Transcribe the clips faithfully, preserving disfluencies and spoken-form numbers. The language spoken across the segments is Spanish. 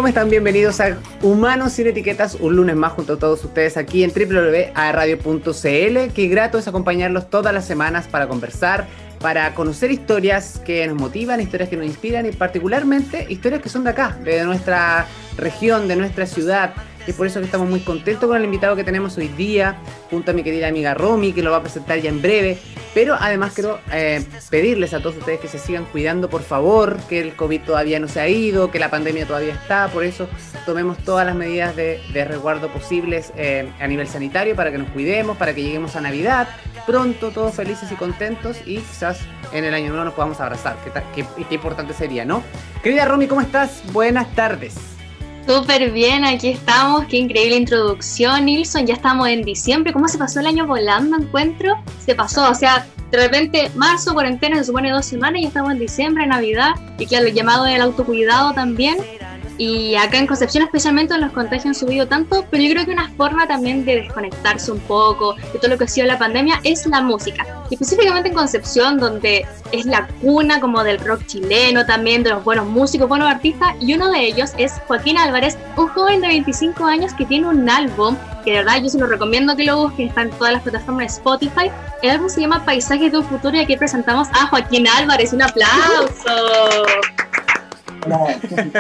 ¿Cómo están? Bienvenidos a Humanos Sin Etiquetas, un lunes más junto a todos ustedes aquí en doble u doble u doble u punto a radio punto c l. Qué grato es acompañarlos todas las semanas para conversar, para conocer historias que nos motivan, historias que nos inspiran y particularmente historias que son de acá, de nuestra región, de nuestra ciudad. Y es por eso que estamos muy contentos con el invitado que tenemos hoy día, junto a mi querida amiga Romy, que lo va a presentar ya en breve. Pero además quiero eh, pedirles a todos ustedes que se sigan cuidando, por favor, que el COVID todavía no se ha ido, que la pandemia todavía está. Por eso tomemos todas las medidas de, de resguardo posibles eh, a nivel sanitario para que nos cuidemos, para que lleguemos a Navidad pronto, todos felices y contentos, y quizás en el año nuevo nos podamos abrazar. Qué, qué, qué importante sería, ¿no? Querida Romy, ¿cómo estás? Buenas tardes. Súper bien, aquí estamos, qué increíble introducción, Nilson, ya estamos en diciembre, ¿cómo se pasó el año volando, encuentro? Se pasó, o sea, de repente, marzo, cuarentena, se supone dos semanas, y ya estamos en diciembre, Navidad, y claro, el llamado del autocuidado también, y acá en Concepción especialmente los contagios han subido tanto, pero yo creo que una forma también de desconectarse un poco de todo lo que ha sido la pandemia es la música, y específicamente en Concepción, donde es la cuna como del rock chileno también, de los buenos músicos, buenos artistas, y uno de ellos es Joaquín Álvarez, un joven de veinticinco años que tiene un álbum, que de verdad yo se lo recomiendo que lo busquen, está en todas las plataformas de Spotify. El álbum se llama Paisajes de un Futuro y aquí presentamos a Joaquín Álvarez, un aplauso. Hola.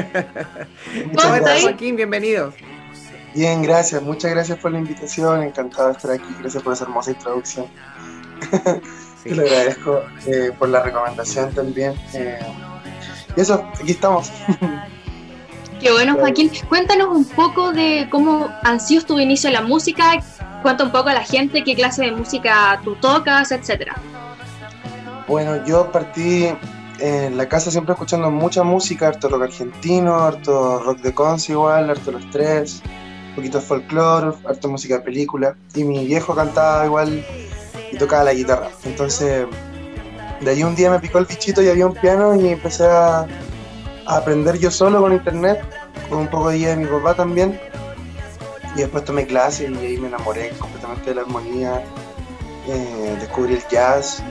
¿Cómo estás, Joaquín? Bienvenido. Bien, gracias, muchas gracias por la invitación, encantado de estar aquí, gracias por esa hermosa introducción. Sí. Te lo agradezco eh, por la recomendación también. Eh, y eso, aquí estamos. Qué bueno, Joaquín. Cuéntanos un poco de cómo han sido tu inicio en la música, cuenta un poco a la gente qué clase de música tú tocas, etcétera. Bueno, yo partí en la casa siempre escuchando mucha música, harto rock argentino, harto rock de Conce igual, harto Los Tres, un poquito de folclore, harto música de película, y mi viejo cantaba igual y tocaba la guitarra. Entonces, de ahí un día me picó el bichito y había un piano y empecé a, a aprender yo solo con internet, con un poco de guía de mi papá también. Y después tomé clases y ahí me enamoré completamente de la armonía, eh, descubrí el jazz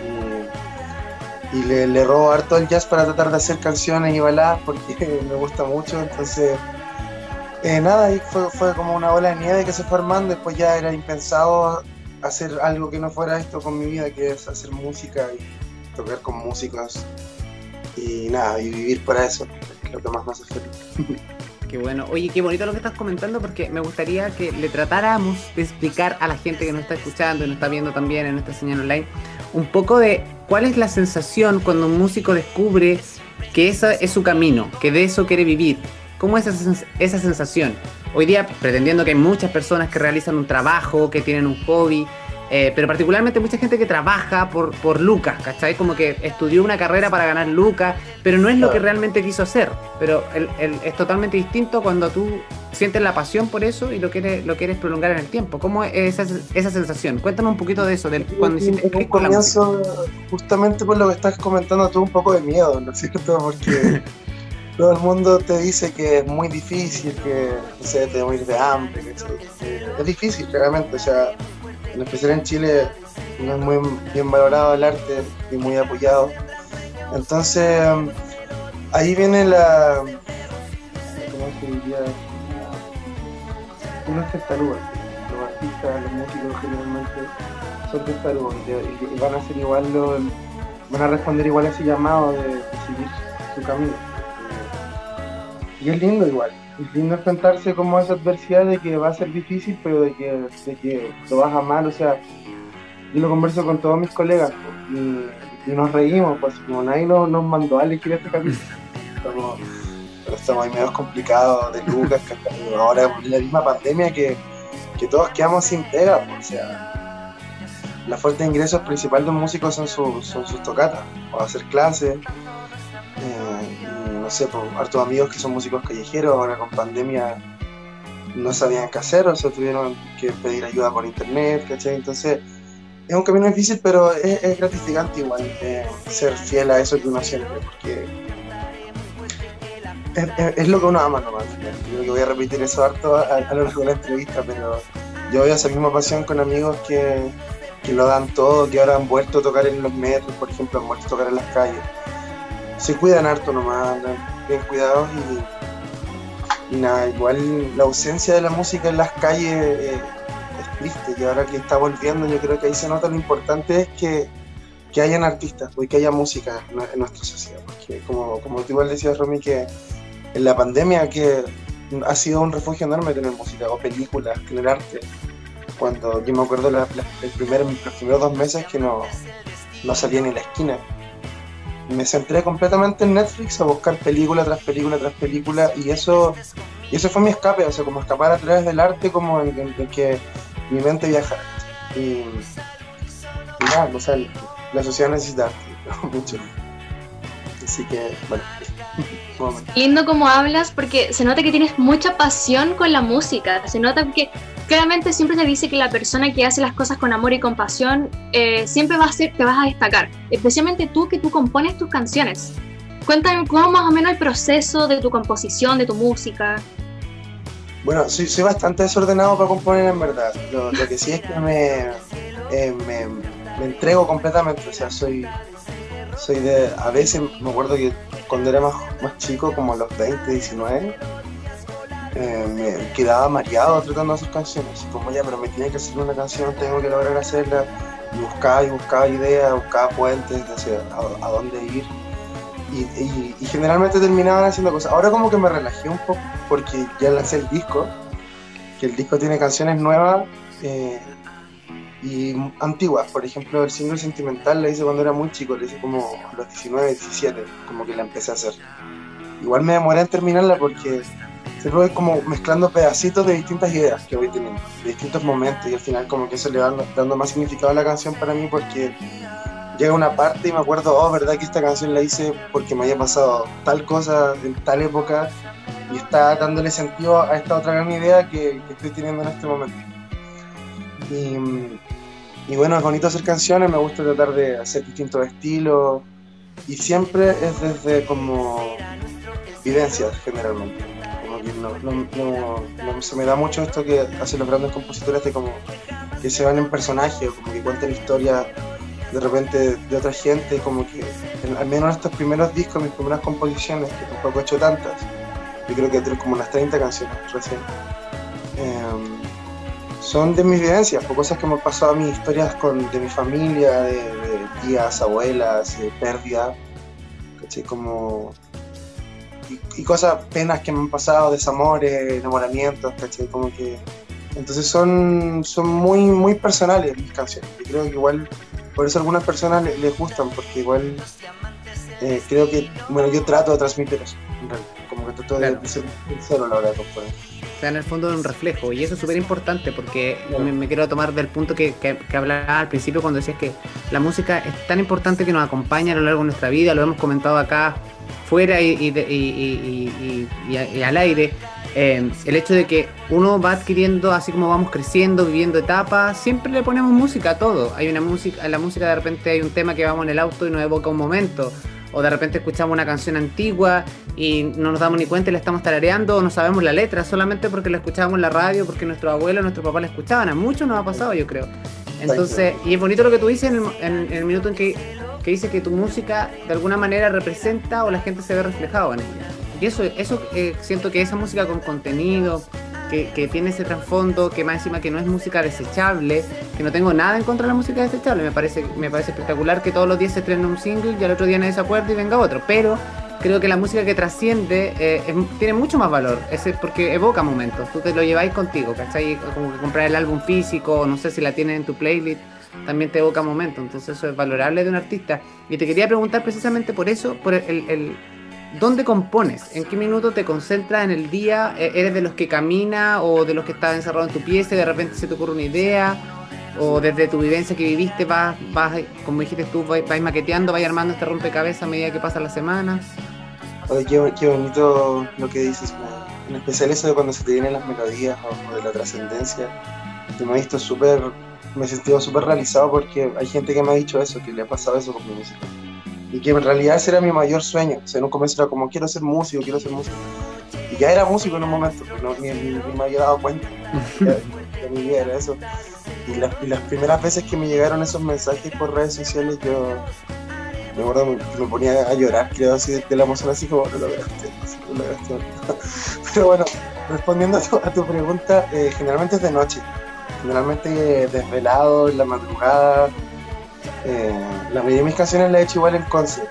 y, y le, le robo harto al jazz para tratar de hacer canciones y baladas porque me gusta mucho. Entonces, eh, nada, ahí fue, fue como una bola de nieve que se fue armando. Después ya era impensado hacer algo que no fuera esto con mi vida, que es hacer música y tocar con músicos y nada, y vivir para eso, que es lo que más me hace feliz. Qué bueno. Oye, qué bonito lo que estás comentando, porque me gustaría que le tratáramos de explicar a la gente que nos está escuchando y nos está viendo también en nuestra señal online un poco de cuál es la sensación cuando un músico descubre que ese es su camino, que de eso quiere vivir. ¿Cómo es esa, esa sensación? Hoy día, pretendiendo que hay muchas personas que realizan un trabajo, que tienen un hobby, eh, pero particularmente mucha gente que trabaja por, por lucas, ¿cachai? Como que estudió una carrera para ganar lucas, pero no es lo que realmente quiso hacer. Pero el, el, es totalmente distinto cuando tú sientes la pasión por eso y lo quieres, lo quieres prolongar en el tiempo. ¿Cómo es esa, esa sensación? Cuéntame un poquito de eso, de cuando hiciste clic con la música. Justamente por lo que estás comentando tú, un poco de miedo, ¿no es cierto? Porque todo el mundo te dice que es muy difícil, que no sé, te morir de hambre, que es difícil, claramente, o sea, en especial en Chile no es muy bien valorado el arte y muy apoyado. Entonces, ahí viene la, ¿cómo se diría? Uno es testarudo, los artistas, los músicos generalmente son testarudos y, y van a ser igual, lo, van a responder igual a ese llamado de, de seguir su camino. Y es lindo igual, es lindo enfrentarse como a esa adversidad de que va a ser difícil, pero de que, de que lo vas a amar. O sea, yo lo converso con todos mis colegas y, y nos reímos, pues como nadie nos, nos mandó a elegir este capítulo. Estamos, pero estamos ahí medio complicados de lucas, que ahora la misma pandemia que, que todos quedamos sin pega, pues, o sea, la fuente de ingresos principal de un músico son, su, son sus tocatas, o hacer clases. Eh, no sé, por hartos amigos que son músicos callejeros, ahora con pandemia no sabían qué hacer, o sea, tuvieron que pedir ayuda por internet, ¿cachai? Entonces, es un camino difícil, pero es, es gratificante igual eh, ser fiel a eso que uno siente, porque es, es, es lo que uno ama nomás. Yo creo que voy a repetir eso harto a, a lo largo de la entrevista, pero yo veo esa misma pasión con amigos que, que lo dan todo, que ahora han vuelto a tocar en los metros, por ejemplo, han vuelto a tocar en las calles. Se cuidan harto nomás, andan bien cuidados y nada, igual la ausencia de la música en las calles eh, es triste, y ahora que está volviendo yo creo que ahí se nota lo importante es que, que hayan artistas, pues, que haya música en, en nuestra sociedad, porque como, como tú igual decías, Romy, que en la pandemia que ha sido un refugio enorme tener música o películas, tener arte. Cuando yo me acuerdo la, la, el primer, los primeros dos meses que no, no salía ni en la esquina. Me centré completamente en Netflix a buscar película tras película tras película y eso, y eso fue mi escape, o sea, como escapar a través del arte, como en, en, en que mi mente viajara. Y, y nada, o sea, la sociedad necesita arte, mucho. Así que, bueno. Lindo como hablas, porque se nota que tienes mucha pasión con la música, se nota que claramente siempre se dice que la persona que hace las cosas con amor y con pasión eh, siempre va a ser, te vas a destacar, especialmente tú que tú compones tus canciones. Cuéntame cómo más o menos el proceso de tu composición, de tu música. Bueno, soy, soy bastante desordenado para componer, en verdad. Lo, lo que sí es que me, eh, me, me entrego completamente, o sea, soy... Soy de, a veces me acuerdo que cuando era más, más chico, como a los veinte, diecinueve, eh, me quedaba mareado tratando de hacer canciones. Y como ya, pero me tiene que hacer una canción, tengo que lograr hacerla. Y buscaba y buscaba ideas, buscaba puentes hacia a, a dónde ir. Y, y, y generalmente terminaban haciendo cosas. Ahora como que me relajé un poco porque ya lancé el disco, que el disco tiene canciones nuevas. Eh, y antiguas, por ejemplo el single Sentimental la hice cuando era muy chico, la hice como a los diecinueve, diecisiete, como que la empecé a hacer. Igual me demoré en terminarla porque se fue como mezclando pedacitos de distintas ideas que voy teniendo, de distintos momentos, y al final como que eso le va dando más significado a la canción para mí, porque llega una parte y me acuerdo, oh, verdad que esta canción la hice porque me había pasado tal cosa en tal época y está dándole sentido a esta otra gran idea que, que estoy teniendo en este momento. Y, y bueno, es bonito hacer canciones, me gusta tratar de hacer distintos estilos y siempre es desde como vivencias generalmente, como que no, no, no, no se me da mucho esto que hacen los grandes compositores de como que se van en personajes, como que cuentan historias de repente de otra gente, como que en, al menos en estos primeros discos, mis primeras composiciones, que tampoco he hecho tantas, yo creo que tengo como unas treinta canciones recién. Eh, Son de mis vivencias, por cosas que me han pasado a mí, historias con, de mi familia, de, de tías, abuelas, de pérdida, ¿cachai? Como, y, y cosas, penas que me han pasado, desamores, enamoramientos, ¿cachai? Como que, entonces son, son muy, muy personales mis canciones, y creo que igual, por eso a algunas personas les, les gustan, porque igual eh, creo que, bueno, yo trato de transmitir eso, en realidad, como que trato claro. de, de ser sincero a la hora de componer. O sea, en el fondo es un reflejo, y eso es súper importante porque me, me quiero tomar del punto que, que, que hablaba al principio cuando decías que la música es tan importante que nos acompaña a lo largo de nuestra vida, lo hemos comentado acá fuera y, y, y, y, y, y, y al aire, eh, el hecho de que uno va adquiriendo, así como vamos creciendo, viviendo etapas, siempre le ponemos música a todo. Hay una música, en la música de repente hay un tema que vamos en el auto y nos evoca un momento, o de repente escuchamos una canción antigua y no nos damos ni cuenta y la estamos tarareando, o no sabemos la letra solamente porque la escuchábamos en la radio, porque nuestros abuelos, nuestros papás la escuchaban. A muchos nos ha pasado, yo creo. Entonces, y es bonito lo que tú dices en el, en, en el minuto en que, que dices que tu música de alguna manera representa o la gente se ve reflejado en ella. Y eso, eso eh, siento que esa música con contenido, que, que tiene ese trasfondo, que más encima que no es música desechable, que no tengo nada en contra de la música desechable, me parece, me parece espectacular que todos los días se estrene un single y al otro día nadie se acuerda y venga otro, pero creo que la música que trasciende eh, es, tiene mucho más valor, es porque evoca momentos, tú te lo lleváis contigo, ¿cachai? Como que comprar el álbum físico, no sé si la tienes en tu playlist, también te evoca momentos, entonces eso es valorable de un artista. Y te quería preguntar precisamente por eso, por el, el, el ¿dónde compones? ¿En qué minuto te concentras en el día? ¿Eres de los que camina o de los que estás encerrado en tu pieza y de repente se te ocurre una idea? ¿O desde tu vivencia que viviste vas, vas como dijiste tú, vais, vais maqueteando, vais armando este rompecabezas a medida que pasan las semanas? Oye, qué, qué bonito lo que dices, en especial eso de cuando se te vienen las melodías o, o de la trascendencia. Yo me he visto súper, me he sentido súper realizado porque hay gente que me ha dicho eso, que le ha pasado eso con mi música. Y que en realidad ese era mi mayor sueño. O sea, en un comienzo era como, quiero ser músico, quiero ser músico. Y ya era músico en un momento, pero no, ni, ni, ni me había dado cuenta que mi vida era eso. Y las, y las primeras veces que me llegaron esos mensajes por redes sociales, yo me acuerdo que me ponía a llorar, creo, así de la emoción, así como, no lo lograste, no lo lograste. Pero bueno, respondiendo a tu, a tu pregunta, eh, generalmente es de noche. Generalmente eh, desvelado, en la madrugada. Eh, la mayoría de mis canciones las he hecho igual en concert.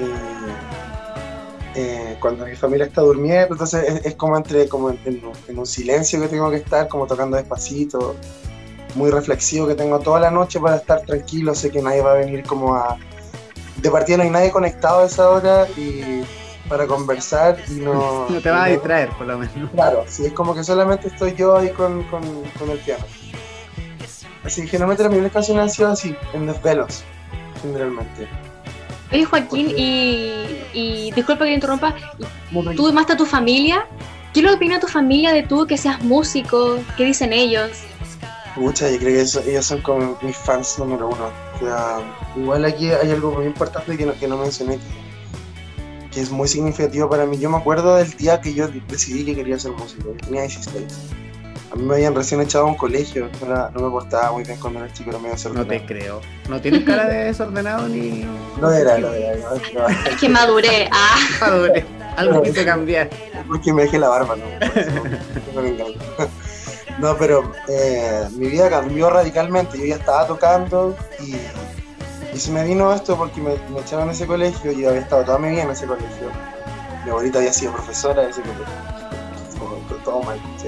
Eh, cuando mi familia está durmiendo, entonces es, es como entre como en, en, en un silencio que tengo que estar, como tocando despacito, muy reflexivo que tengo toda la noche para estar tranquilo, sé que nadie va a venir como a... De partida no hay nadie conectado a esa hora y para conversar y no... No te vas a no, distraer, por lo menos. Claro, sí, es como que solamente estoy yo ahí con, con, con el piano. Así que generalmente las primeras canciones han sido así, en desvelos, generalmente. Oye, Joaquín, y, y disculpa que te interrumpa, tú llamaste a tu familia. ¿Qué es lo que opina tu familia de tú que seas músico? ¿Qué dicen ellos? Pucha, yo creo que eso, ellos son como mis fans número uno. O sea, igual aquí hay algo muy importante que no, que no mencioné, que, que es muy significativo para mí. Yo me acuerdo del día que yo decidí que quería ser músico. Yo tenía dieciséis. A mí me habían recién echado a un colegio, no, era, no me portaba muy bien cuando era chico, era medio desordenado. No te creo. ¿No tienes cara de desordenado ni...? No era, no era. No, no. Es que maduré, ah. Maduré. Algo quise cambiar. Porque me dejé la barba, no. No, me encanta. No, pero eh, mi vida cambió radicalmente. Yo ya estaba tocando y, y se me vino esto porque me, me echaron a ese colegio. Yo había estado toda mi vida en ese colegio. Mi abuelita había sido profesora de ese colegio. Todo, todo mal, ¿sí?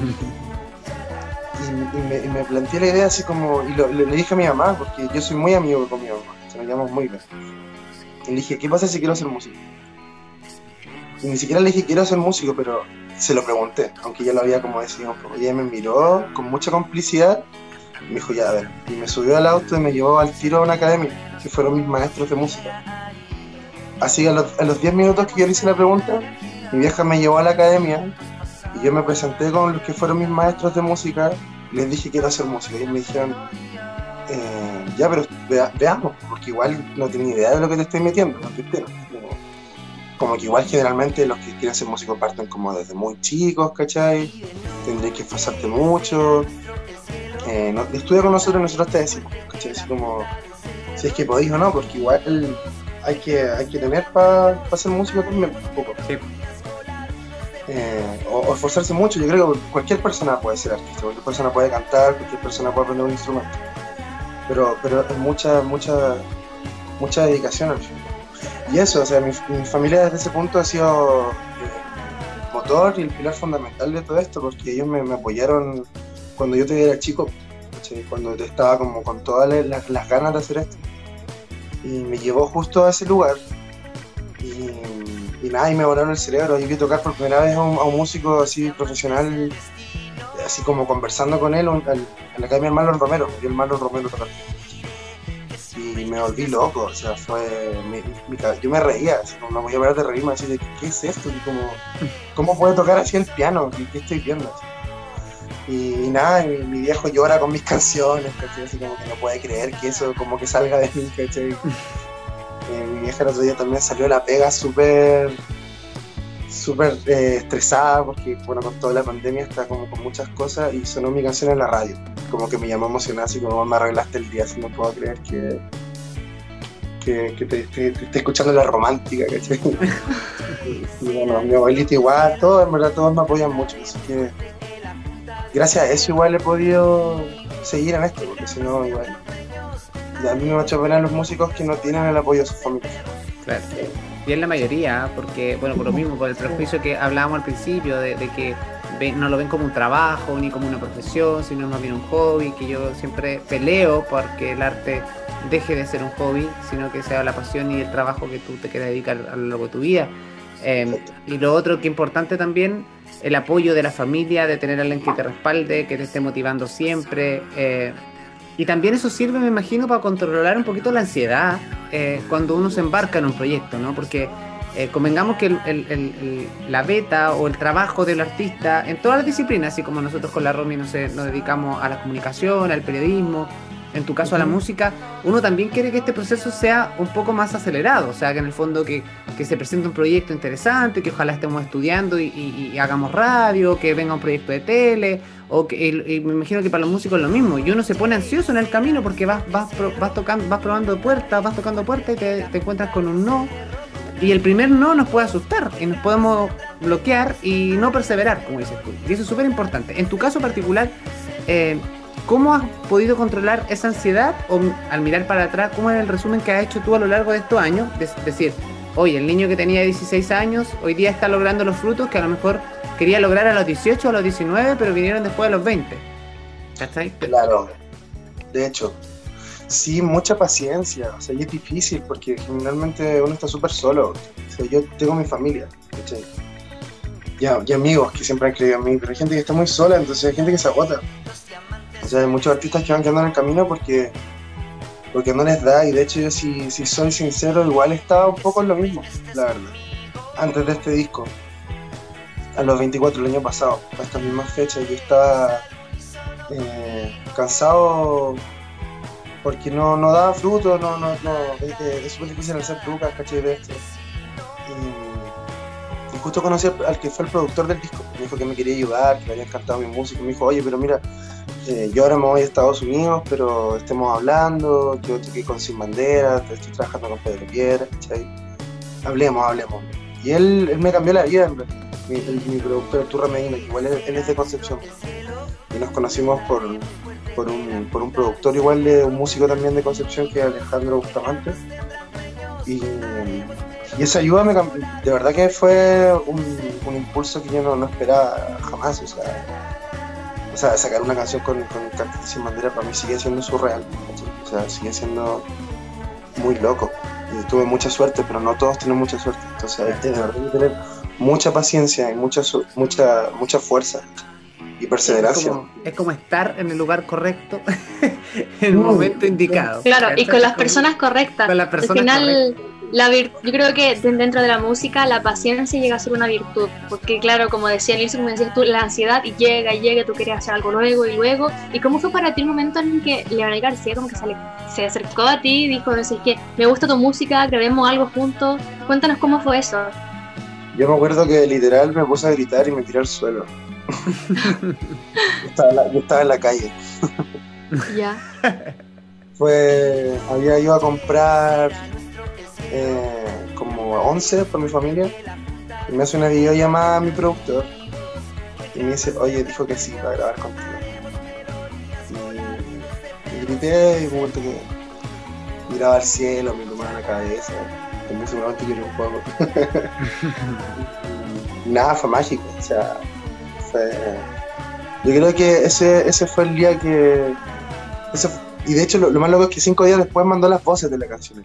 Y, y, me, y me planteé la idea así como, y lo, le, le dije a mi mamá, porque yo soy muy amigo con mi mamá, se nos llamamos muy bien. Y le dije, ¿qué pasa si quiero ser músico? Y ni siquiera le dije, quiero ser músico, pero se lo pregunté, aunque ya lo había como decidido un poco. Y ella me miró con mucha complicidad y me dijo, ya, a ver. Y me subió al auto y me llevó al tiro a una academia, que fueron mis maestros de música. Así que a los, a los diez minutos que yo le hice la pregunta, mi vieja me llevó a la academia y yo me presenté con los que fueron mis maestros de música y les dije quiero hacer música. Y ellos me dijeron, eh, ya, pero vea, veamos, porque igual no tengo idea de lo que te estoy metiendo, no te entero. Como, como que igual generalmente los que quieren ser músicos parten como desde muy chicos, ¿cachai? Tendréis que esforzarte mucho. Eh, no, estudia con nosotros y nosotros te decimos, ¿cachai? Así como, si es que podéis o no, porque igual hay que, hay que tener para pa ser músico también un poco. Sí. Eh, o, o esforzarse mucho. Yo creo que cualquier persona puede ser artista, cualquier persona puede cantar, cualquier persona puede aprender un instrumento, pero, pero es mucha, mucha, mucha dedicación al fin. Y eso, o sea, mi, mi familia desde ese punto ha sido el motor y el pilar fundamental de todo esto, porque ellos me, me apoyaron cuando yo todavía era chico, ¿sí? Cuando estaba como con todas las, las ganas de hacer esto, y me llevó justo a ese lugar. Y, y nada, y me volaron el cerebro. Yo vi tocar por primera vez a un, a un músico así profesional, así como conversando con él, en la academia del Marlon Romero. Vi el Marlon Romero tocar. Y me volví loco, o sea, fue... Mi, mi, yo me reía, así como no voy a parar de reírme, así de, ¿qué es esto? Y como, ¿cómo puede tocar así el piano? ¿Qué, qué estoy viendo? Y, y nada, y mi viejo llora con mis canciones, ¿cachai? Así como que no puede creer que eso como que salga de mí, ¿cachai? Eh, mi vieja el otro día también salió de la pega súper súper eh, estresada porque bueno, con toda la pandemia está como con muchas cosas y sonó mi canción en la radio, como que me llamó emocionada, así como me arreglaste el día, así no puedo creer que que, que te, te, te esté escuchando la romántica, ¿cachai? Y bueno, mi abuelita igual, todos, en verdad todos me apoyan mucho, así que gracias a eso igual he podido seguir en esto, porque si no igual y a mí me va a echar pena los músicos que no tienen el apoyo de sus familias. Claro, y es la mayoría, porque, bueno, por lo mismo, por el prejuicio que hablábamos al principio, de, de que ven, no lo ven como un trabajo, ni como una profesión, sino más bien un hobby, que yo siempre peleo porque el arte deje de ser un hobby, sino que sea la pasión y el trabajo que tú te quieras dedicar a lo largo de tu vida. Eh, y lo otro que es importante también, el apoyo de la familia, de tener a alguien que te respalde, que te esté motivando siempre, eh, y también eso sirve, me imagino, para controlar un poquito la ansiedad eh, cuando uno se embarca en un proyecto, ¿no? Porque eh, convengamos que el, el, el, la beta o el trabajo del artista en todas las disciplinas, así como nosotros con la Romy no sé, nos dedicamos a la comunicación, al periodismo, en tu caso uh-huh. a la música, uno también quiere que este proceso sea un poco más acelerado, o sea, que en el fondo que, que se presente un proyecto interesante, que ojalá estemos estudiando y, y, y hagamos radio, que venga un proyecto de tele, o que, y, y me imagino que para los músicos es lo mismo, y uno se pone ansioso en el camino porque vas, vas, vas, tocando, vas probando puertas, vas tocando puertas y te, te encuentras con un no, y el primer no nos puede asustar y nos podemos bloquear y no perseverar, como dices tú. Y eso es súper importante. En tu caso particular, eh, ¿cómo has podido controlar esa ansiedad? O al mirar para atrás, ¿cómo es el resumen que has hecho tú a lo largo de estos años? Es decir, oye, el niño que tenía dieciséis años hoy día está logrando los frutos que a lo mejor quería lograr a los dieciocho o a los diecinueve, pero vinieron después de los veinte. ¿Cachai? Claro, de hecho. Sí, mucha paciencia, o sea, y es difícil porque generalmente uno está súper solo. O sea, yo tengo mi familia, ¿cachai? Y, y amigos que siempre han creído en mí, pero hay gente que está muy sola, entonces hay gente que se agota. O sea, hay muchos artistas que van quedando en el camino porque, porque no les da, y de hecho yo si, si soy sincero, igual estaba un poco en lo mismo, la verdad. Antes de este disco, a los veinticuatro el año pasado, a estas mismas fechas, yo estaba eh, cansado porque no, no daba fruto, no, no, no, es, es súper difícil hacer lucas, ¿cachai? De esto. Y, y justo conocí al que fue el productor del disco, me dijo que me quería ayudar, que le había encantado mi música, me dijo, oye, pero mira, eh, yo ahora me voy a Estados Unidos, pero estemos hablando, yo toqué con Sin Bandera, estoy trabajando con Pedro Piedra, ¿cachai? Hablemos, hablemos. Y él, él me cambió la vida, mi, el, mi productor, Turra Medina, que igual él, él es de Concepción. Y nos conocimos por, por, un, por un productor igual, de un músico también de Concepción, que es Alejandro Bustamante. Y, y esa ayuda me cambió, de verdad que fue un, un impulso que yo no, no esperaba jamás. O sea, o sea, sacar una canción con, con el cantante Sin Bandera para mí sigue siendo surreal, ¿cachai? O sea, sigue siendo muy loco. Y tuve mucha suerte, pero no todos tienen mucha suerte. Entonces hay que de verdad tener mucha paciencia y mucha, mucha, mucha fuerza y perseverancia. Es como, es como estar en el lugar correcto en el mm, momento indicado. Claro, y con las personas correctas. Con las personas Al final, correctas. La vir- yo creo que dentro de la música la paciencia llega a ser una virtud, porque claro, como decía Nilsson, como decías tú, la ansiedad y llega y llega, tú querías hacer algo luego y luego. ¿Y cómo fue para ti el momento en que Leonel García como que se, le, se acercó a ti y dijo, no sé qué, me gusta tu música, grabemos algo juntos? Cuéntanos cómo fue eso. Yo me acuerdo que literal me puse a gritar y me tiré al suelo. yo, estaba la, yo estaba en la calle. Ya. Fue, había ido a comprar eh, como once por mi familia y me hace una videollamada a mi productor y me dice, oye, dijo que sí, para grabar contigo. Y, y grité y como que miraba al cielo, me tomaba la cabeza, también seguramente lloré un poco. y, y nada, fue mágico, o sea, fue... Yo creo que ese, ese fue el día que... Ese, y de hecho lo, lo más loco es que cinco días después mandó las voces de la canción.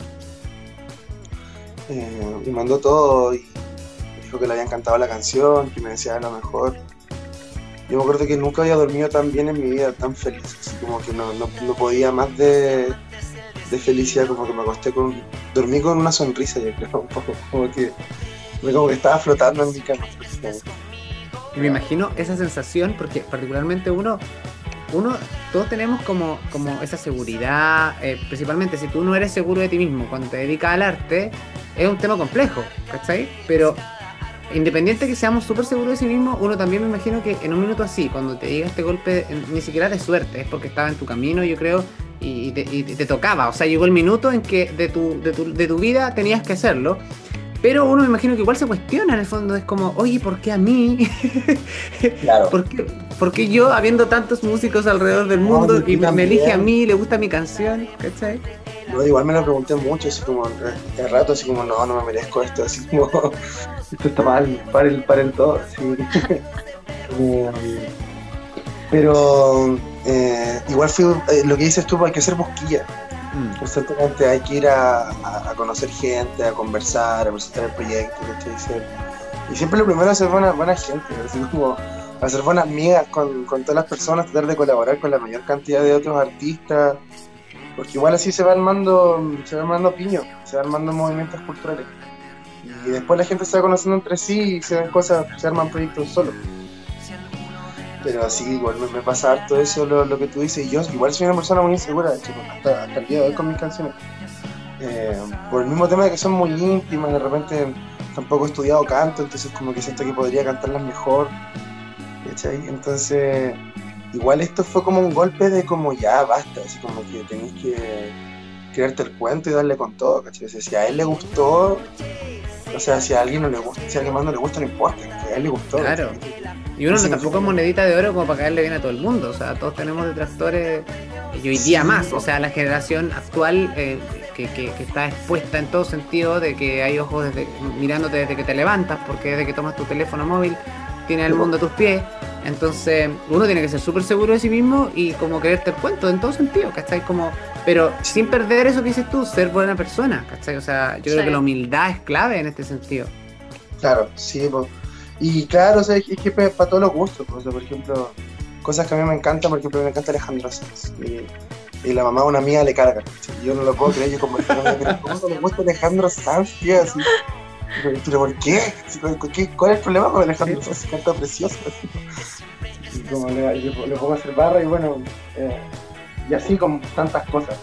Eh, y mandó todo y dijo que le había encantado la canción, que me decía lo mejor. Yo me acuerdo que nunca había dormido tan bien en mi vida, tan feliz, así como que no, no, no podía más de, de felicidad, como que me acosté con... Dormí con una sonrisa, yo creo, un poco, como que, como que estaba flotando en mi cama. Y me imagino esa sensación, porque particularmente uno, uno todos tenemos como, como esa seguridad, eh, principalmente si tú no eres seguro de ti mismo cuando te dedicas al arte, es un tema complejo, ¿cachai? Pero independiente que seamos súper seguros de sí mismos, uno también me imagino que en un minuto así, cuando te llega este golpe, ni siquiera de suerte, es porque estaba en tu camino, yo creo, y, y, te, y te tocaba, o sea, llegó el minuto en que de tu, de tu, de tu vida tenías que hacerlo. Pero uno me imagino que igual se cuestiona en el fondo, es como, oye, ¿por qué a mí? Claro. ¿Por qué, ¿Por qué yo, habiendo tantos músicos alrededor del mundo, no, y me, me elige a mí, le gusta mi canción? ¿Cachai? No, igual me lo pregunté mucho, así como, de rato, así como, no, no me merezco esto, así como, esto está mal, paren, paren todo, así. Pero, eh, igual fui, eh, lo que dices tú, hay que hacer busquilla. Constantemente hay que ir a, a, a conocer gente, a conversar, a presentar el proyecto, ¿cachai? Y siempre lo primero es hacer buena, buena gente, así como hacer buenas amigas con, con todas las personas, tratar de colaborar con la mayor cantidad de otros artistas, porque igual así se va armando, se va armando piño, se va armando movimientos culturales. Y después la gente se va conociendo entre sí y se ven cosas, se arman proyectos solos. Pero así igual me, me pasa harto eso, lo, lo que tú dices, y yo igual soy una persona muy insegura, de hecho, hasta, hasta el día de hoy con mis canciones. Eh, por el mismo tema de que son muy íntimas, de repente tampoco he estudiado canto, entonces como que siento que podría cantarlas mejor, ¿cachai? Entonces, igual esto fue como un golpe de como ya basta, así como que tenés que creerte el cuento y darle con todo, ¿cachai? O sea, si a él le gustó, o sea, si a alguien no le gusta, si a alguien más no le gusta, no importa, que a él le gustó. Claro. Y uno no tampoco es monedita de oro como para caerle bien a todo el mundo, o sea, todos tenemos detractores y hoy día sí, más, o sea, la generación actual eh, que, que, que está expuesta en todo sentido de que hay ojos desde, mirándote desde que te levantas, porque desde que tomas tu teléfono móvil tienes el mundo a tus pies, entonces uno tiene que ser súper seguro de sí mismo y como creerte el cuento en todo sentido, ¿cachai? Como, pero sin perder eso que dices tú, ser buena persona, ¿cachai? O sea, yo sí. creo que la humildad es clave en este sentido. Claro, sí, pues. Y claro, o sea, es que para todos los gustos, pues, o sea, por ejemplo, cosas que a mí me encantan, por ejemplo, me encanta Alejandro Sanz, y, y la mamá de una amiga le carga, ¿sí? Yo no lo puedo creer, yo como, ¿cómo no me gusta Alejandro Sanz, tío? Así, pero ¿por qué? ¿Cuál es el problema con Alejandro Sanz? Canta precioso, así. Y como le, le, le pongo a hacer barra y bueno, eh, y así con tantas cosas.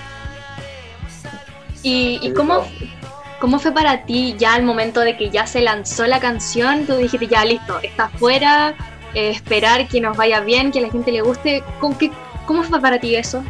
¿Y, y cómo, cómo fue para ti ya el momento de que ya se lanzó la canción? Tú dijiste, ya listo, está afuera, eh, esperar que nos vaya bien, que a la gente le guste. ¿Con qué, ¿Cómo fue para ti eso?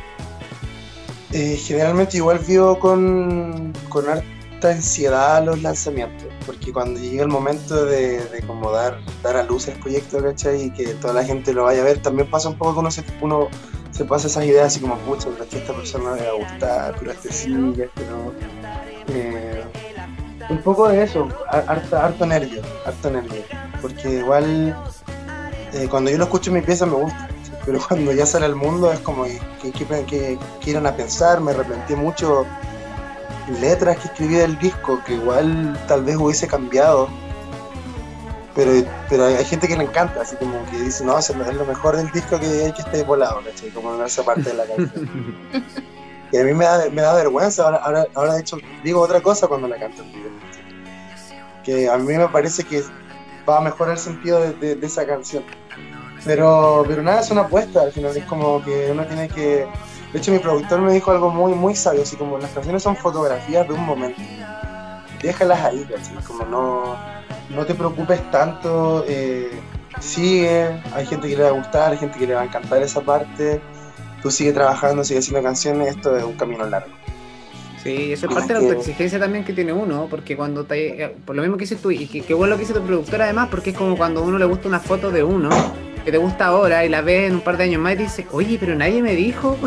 Eh, generalmente igual vivo con, con harta ansiedad los lanzamientos, porque cuando llega el momento de, de como dar, dar a luz el proyecto, ¿cachai? Y que toda la gente lo vaya a ver, también pasa un poco que uno se, uno se pasa esas ideas así como, pucha, pero es que a esta persona le va a gustar, pero este sí, este no. Eh, un poco de eso, harto, harto nervio, harto nervio, porque igual eh, cuando yo lo escucho en mi pieza me gusta, pero cuando ya sale al mundo es como que, que, que, que, que irán a pensar, me arrepentí mucho letras que escribí del disco, que igual tal vez hubiese cambiado, pero, pero hay gente que le encanta, así como que dice, no, es lo mejor del disco, que hay que esté volado, ¿cachai? Como en esa parte de la canción. Y a mí me da, me da vergüenza, ahora, ahora, ahora de hecho digo otra cosa cuando la canto en vivo, que a mí me parece que va a mejorar el sentido de, de, de esa canción, pero, pero nada, es una apuesta, al final es como que uno tiene que... De hecho mi productor me dijo algo muy muy sabio, así como las canciones son fotografías de un momento, déjalas ahí, ¿cachai? Como no, no te preocupes tanto, eh, sigue, hay gente que le va a gustar, hay gente que le va a encantar esa parte, tú sigue trabajando, sigue haciendo canciones, esto es un camino largo. Sí, eso es parte de la autoexigencia también que tiene uno, porque cuando te, por lo mismo que dices tú, y que, que bueno lo que dice tu productor además, porque es como cuando a uno le gusta una foto de uno, que te gusta ahora, y la ves en un par de años más y dices, oye, pero nadie me dijo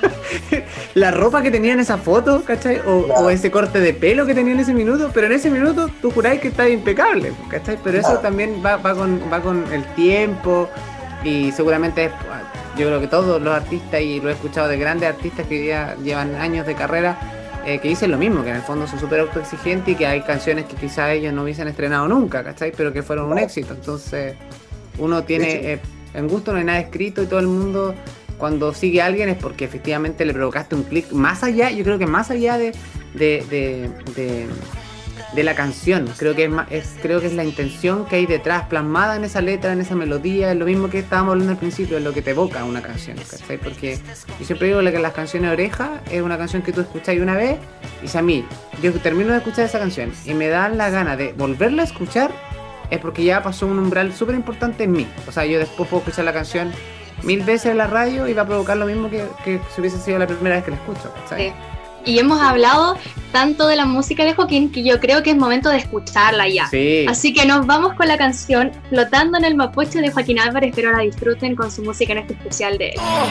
la ropa que tenía en esa foto, ¿cachai? O, claro. o ese corte de pelo que tenía en ese minuto, pero en ese minuto tú juráis que está impecable, ¿cachai? Pero claro. eso también va, va, con, va con el tiempo, y seguramente es, yo creo que todos los artistas, y lo he escuchado de grandes artistas que ya llevan años de carrera, eh, que dicen lo mismo, que en el fondo son súper autoexigentes y que hay canciones que quizás ellos no hubiesen estrenado nunca, ¿cachai? Pero que fueron un éxito, entonces uno tiene, eh, en gusto no hay nada escrito, y todo el mundo cuando sigue a alguien es porque efectivamente le provocaste un clic más allá, yo creo que más allá de, de, de, de, de la canción, creo que es, es creo que es la intención que hay detrás, plasmada en esa letra, en esa melodía, es lo mismo que estábamos hablando al principio, es lo que te evoca una canción, ¿cachai? Porque yo siempre digo que las canciones de Oreja es una canción que tú escucháis una vez, y si a mí, yo termino de escuchar esa canción y me dan la gana de volverla a escuchar, es porque ya pasó un umbral súper importante en mí, o sea, yo después puedo escuchar la canción mil veces en la radio y va a provocar lo mismo que, que si hubiese sido la primera vez que la escucho, ¿sabes? Sí. Y hemos hablado tanto de la música de Joaquín que yo creo que es momento de escucharla ya. Sí. Así que nos vamos con la canción Flotando en el Mapocho de Joaquín Álvarez. Espero la disfruten con su música en este especial de él. Oh.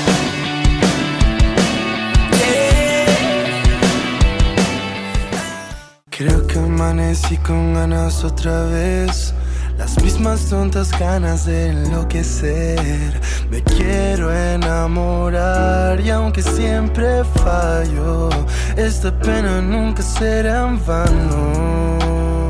Creo que amanecí con ganas otra vez, las mismas tontas ganas de enloquecer. Me quiero enamorar y aunque siempre fallo, esta pena nunca será en vano.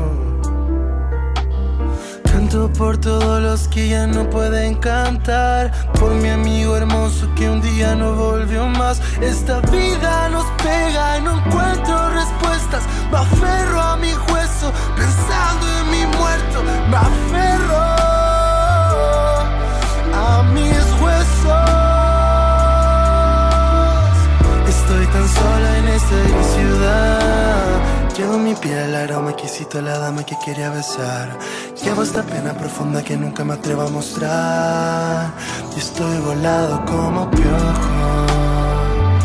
Canto por todos los que ya no pueden cantar, por mi amigo hermoso que un día no volvió más. Esta vida nos pega y no encuentro respuestas. Me aferro a mi hueso pensando en mi muerto. Me aferro a mis huesos. Estoy tan sola en esta ciudad. Llevo mi piel el aroma exquisito, la dama que quería besar. Llevo esta pena profunda que nunca me atrevo a mostrar. Y estoy volado como piojo,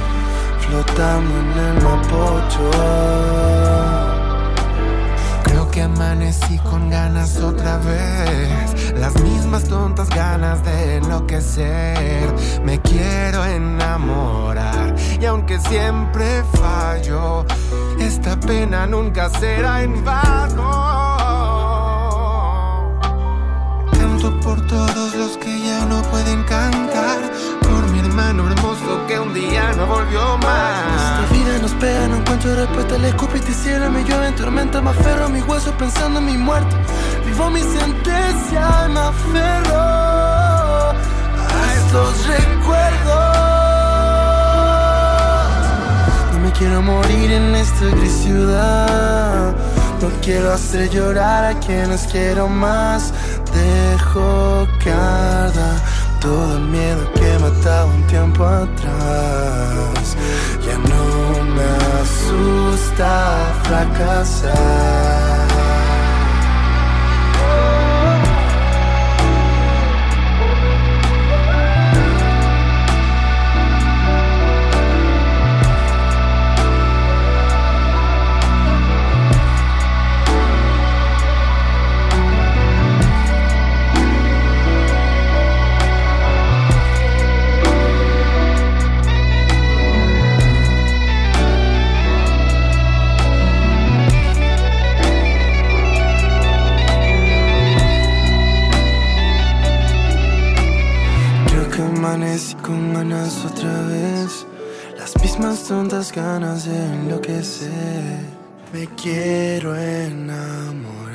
flotando en el Mapocho. Creo que amanecí con ganas otra vez, las mismas tontas ganas de enloquecer. Me quiero enamorar y aunque siempre fallo, esta pena nunca será en vano. Canto por todos los que ya no pueden cantar, por mi hermano hermoso que un día no volvió más. Esta vida nos pega, no encuentro respuesta, le escupiste cielo, me llueve en tormenta, me aferro a mis huesos pensando en mi muerte. Vivo mi sentencia, me aferro a estos recuerdos. No me quiero morir en esta gris ciudad, no quiero hacer llorar a quienes quiero más. Dejo que arda todo el miedo que mataba un tiempo atrás. Ya no me asusta fracasar. Amanecí con ganas otra vez, las mismas tontas ganas de enloquecer. Me quiero enamorar.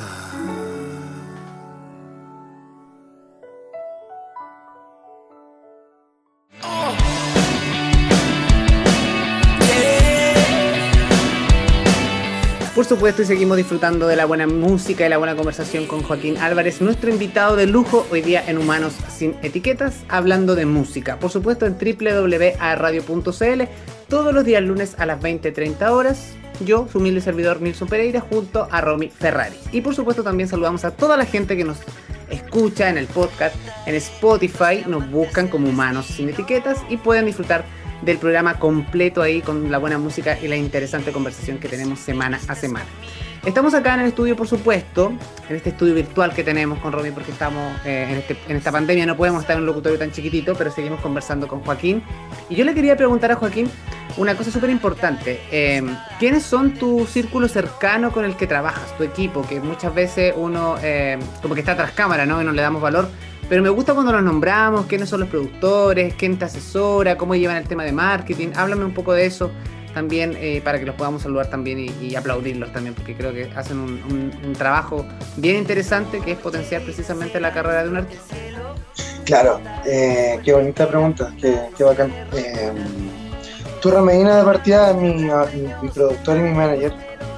Por supuesto, y seguimos disfrutando de la buena música y la buena conversación con Joaquín Álvarez, nuestro invitado de lujo hoy día en Humanos Sin Etiquetas, hablando de música. Por supuesto, en doble u doble u doble u punto a radio punto c l, todos los días lunes a las veinte treinta horas. Yo, su humilde servidor Nilson Pereira, junto a Romy Ferrari. Y por supuesto, también saludamos a toda la gente que nos escucha en el podcast, en Spotify. Nos buscan como Humanos Sin Etiquetas y pueden disfrutar del programa completo ahí con la buena música y la interesante conversación que tenemos semana a semana. Estamos acá en el estudio, por supuesto, en este estudio virtual que tenemos con Romy, porque estamos eh, en, este, en esta pandemia, no podemos estar en un locutorio tan chiquitito, pero seguimos conversando con Joaquín. Y yo le quería preguntar a Joaquín una cosa súper importante. Eh, ¿Quiénes son tu círculo cercano con el que trabajas, tu equipo? Que muchas veces uno eh, como que está tras cámara, ¿no? Y no le damos valor. Pero me gusta cuando los nombramos, quiénes son los productores, quién te asesora, cómo llevan el tema de marketing. Háblame un poco de eso también eh, para que los podamos saludar también y, y aplaudirlos también, porque creo que hacen un, un, un trabajo bien interesante que es potenciar precisamente la carrera de un artista. Claro, eh, qué bonita pregunta, qué, qué bacán. Eh, Turra Medina de partida es mi, mi, mi productor y mi manager.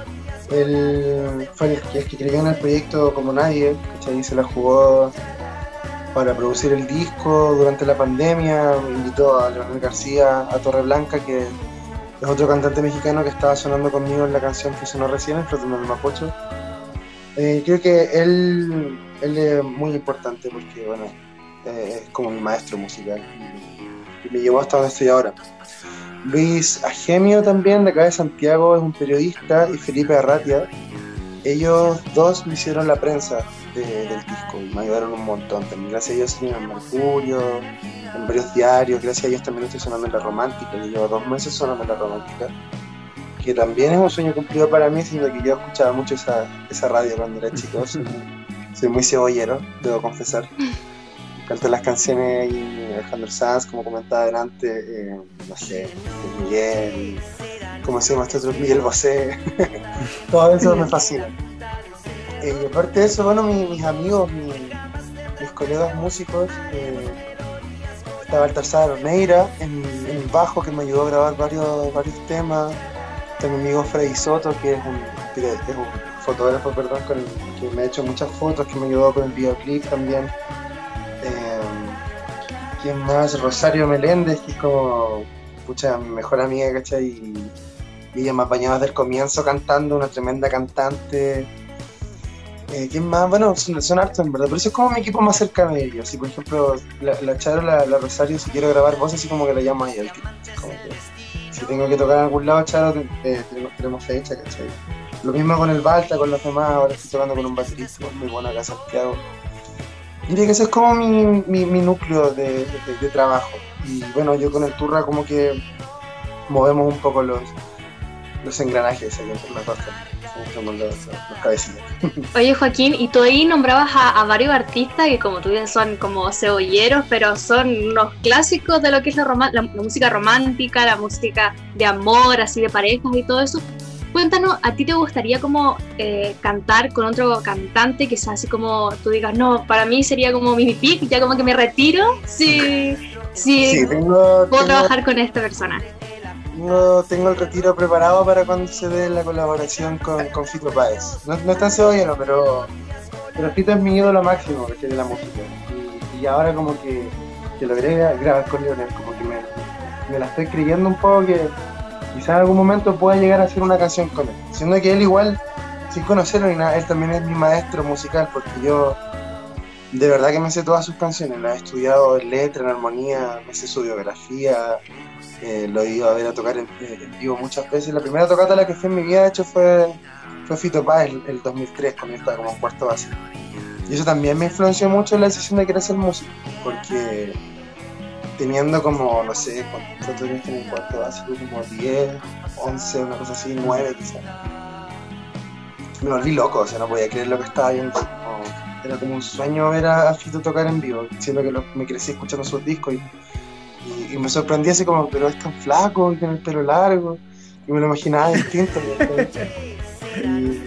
Él fue el que, el que creyó en el proyecto como nadie, ¿cachai? Se la jugó para producir el disco durante la pandemia, me invitó a Leonel García, a Torreblanca, que es otro cantante mexicano que estaba sonando conmigo en la canción que sonó recién, el Flotando en el Mapocho. Eh, creo que él, él es muy importante porque, bueno, eh, es como mi maestro musical y, y me llevó hasta donde estoy ahora. Luis Agemio también, de acá de Santiago, es un periodista, y Felipe Arratia. Ellos dos me hicieron la prensa de, del disco y me ayudaron un montón también. Gracias a ellos estoy en Mercurio, en varios diarios. Gracias a ellos también estoy sonando en La Romántica. Yo llevo dos meses sonando en La Romántica, que también es un sueño cumplido para mí, siendo que yo escuchaba mucho esa, esa radio cuando era chico. Soy muy, soy muy cebollero, debo confesar. Canto las canciones y Alejandro Sanz, como comentaba adelante, eh, no sé, Miguel, como se llama este otro, Miguel Bosé. Todo eso me fascina. Eh, y aparte de eso, bueno, mi, mis amigos, mi, mis colegas músicos, eh, está Baltasar Orneira en, en el bajo, que me ayudó a grabar varios, varios temas. Está mi amigo Freddy Soto, que es un, es un fotógrafo, perdón, con el, que me ha hecho muchas fotos, que me ayudó con el videoclip también. Eh, ¿Quién más? Rosario Meléndez, que es como, pucha, mi mejor amiga, ¿cachai? Y, y ella me apañaba desde el comienzo cantando, una tremenda cantante. Eh, ¿Quién más? Bueno, son, son hartos en verdad, pero eso es como mi equipo más cercano de ellos. Si por ejemplo, la, la Charo, la, la Rosario, si quiero grabar voces, así como que la llamo a ella, el tipo. Como que, si tengo que tocar en algún lado, Charo, eh, tenemos, tenemos fecha, ¿cachai? Lo mismo con el Balta, con los demás, ahora estoy tocando con un baterista muy bueno acá en Santiago. Diría que ese es como mi, mi, mi núcleo de, de, de trabajo. Y bueno, yo con el Turra como que movemos un poco los, los engranajes aquí entre las dos. Somos los, los cabecillas. Oye, Joaquín, y tú ahí nombrabas a, a varios artistas que, como tú dices, son como cebolleros, pero son unos clásicos de lo que es la, rom- la, la música romántica, la música de amor, así de parejas y todo eso. Cuéntanos, ¿a ti te gustaría como eh, cantar con otro cantante que sea así como tú digas, no, para mí sería como mi pick, ya como que me retiro si, si sí, tengo, puedo tengo, trabajar con esta persona? Tengo, tengo el retiro preparado para cuando se dé la colaboración con, con Fito Páez. No, no es tan cebollero, pero, pero Fito es mi ídolo máximo de la música. Y, y ahora como que, que logré grabar con Lionel, como que me, me la estoy creyendo un poco que quizás en algún momento pueda llegar a hacer una canción con él. Siendo que él igual, sin conocerlo ni nada, él también es mi maestro musical, porque yo de verdad que me sé todas sus canciones, las he estudiado en letra, en armonía, me sé su biografía, eh, lo he ido a ver a tocar en, en vivo muchas veces. La primera tocata a la que fui en mi vida, de hecho, fue, fue Fito Páez el, el dos mil tres, cuando yo estaba como en cuarto base. Y eso también me influenció mucho en la decisión de querer ser músico, porque teniendo como, no sé, cuánto años tenía en cuarto base, como diez, once, una cosa así, nueve quizás. Me volví loco, o sea, no podía creer lo que estaba viendo. Como, era como un sueño ver a Fito tocar en vivo, siendo que lo, me crecí escuchando sus discos y, y, y me sorprendí así como, pero es tan flaco y tiene el pelo largo, y me lo imaginaba distinto. y,